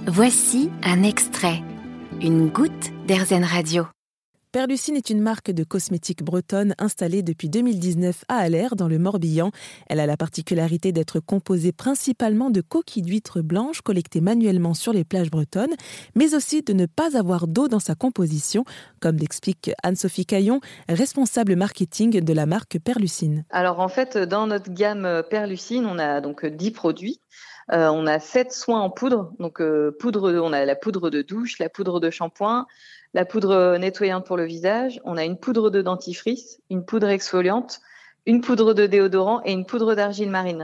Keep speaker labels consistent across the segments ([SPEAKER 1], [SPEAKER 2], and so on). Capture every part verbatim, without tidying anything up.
[SPEAKER 1] Voici un extrait, une goutte d'Airzen Radio.
[SPEAKER 2] Perlucine est une marque de cosmétiques bretonne installée depuis deux mille dix-neuf à Aller, dans le Morbihan. Elle a la particularité d'être composée principalement de coquilles d'huîtres blanches collectées manuellement sur les plages bretonnes, mais aussi de ne pas avoir d'eau dans sa composition, comme l'explique Anne-Sophie Caillon, responsable marketing de la marque Perlucine.
[SPEAKER 3] Alors en fait, dans notre gamme Perlucine, on a donc dix produits. Euh, on a sept soins en poudre, donc euh, poudre, on a la poudre de douche, la poudre de shampoing, la poudre nettoyante pour le visage, on a une poudre de dentifrice, une poudre exfoliante, une poudre de déodorant et une poudre d'argile marine.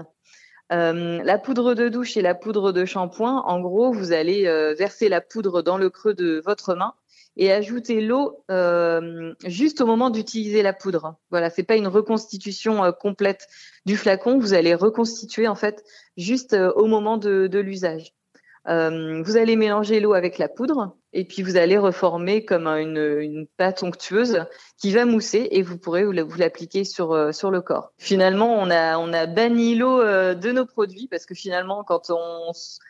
[SPEAKER 3] Euh, la poudre de douche et la poudre de shampoing, en gros, vous allez euh, verser la poudre dans le creux de votre main et ajouter l'eau euh, juste au moment d'utiliser la poudre. Voilà, c'est pas une reconstitution euh, complète du flacon, vous allez reconstituer en fait juste euh, au moment de, de l'usage. Euh, vous allez mélanger l'eau avec la poudre et puis vous allez reformer comme une, une pâte onctueuse qui va mousser et vous pourrez vous l'appliquer sur euh, sur le corps. Finalement, on a on a banni l'eau euh, de nos produits parce que finalement, quand on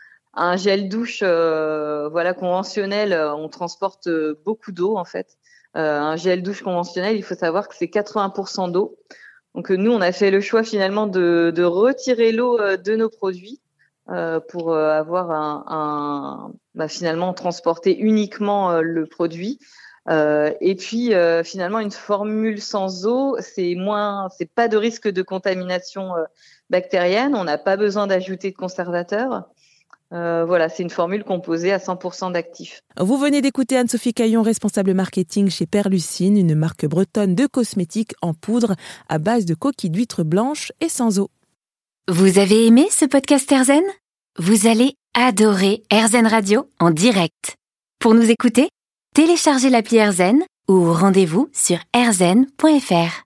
[SPEAKER 3] un gel douche euh, voilà conventionnel, on transporte beaucoup d'eau en fait. Euh, un gel douche conventionnel, il faut savoir que c'est quatre-vingts pour cent d'eau. Donc nous, on a fait le choix finalement de, de retirer l'eau de nos produits euh, pour avoir un, un bah, finalement transporter uniquement euh, le produit. Euh, et puis euh, finalement, une formule sans eau, c'est moins, c'est pas de risque de contamination euh, bactérienne. On n'a pas besoin d'ajouter de conservateurs. Euh, voilà, c'est une formule composée à cent pour cent d'actifs.
[SPEAKER 2] Vous venez d'écouter Anne-Sophie Caillon, responsable marketing chez Perlucine, une marque bretonne de cosmétiques en poudre à base de coquilles d'huîtres blanches et sans eau.
[SPEAKER 1] Vous avez aimé ce podcast Airzen ? Vous allez adorer Airzen Radio en direct. Pour nous écouter, téléchargez l'appli Airzen ou rendez-vous sur airzen point f r.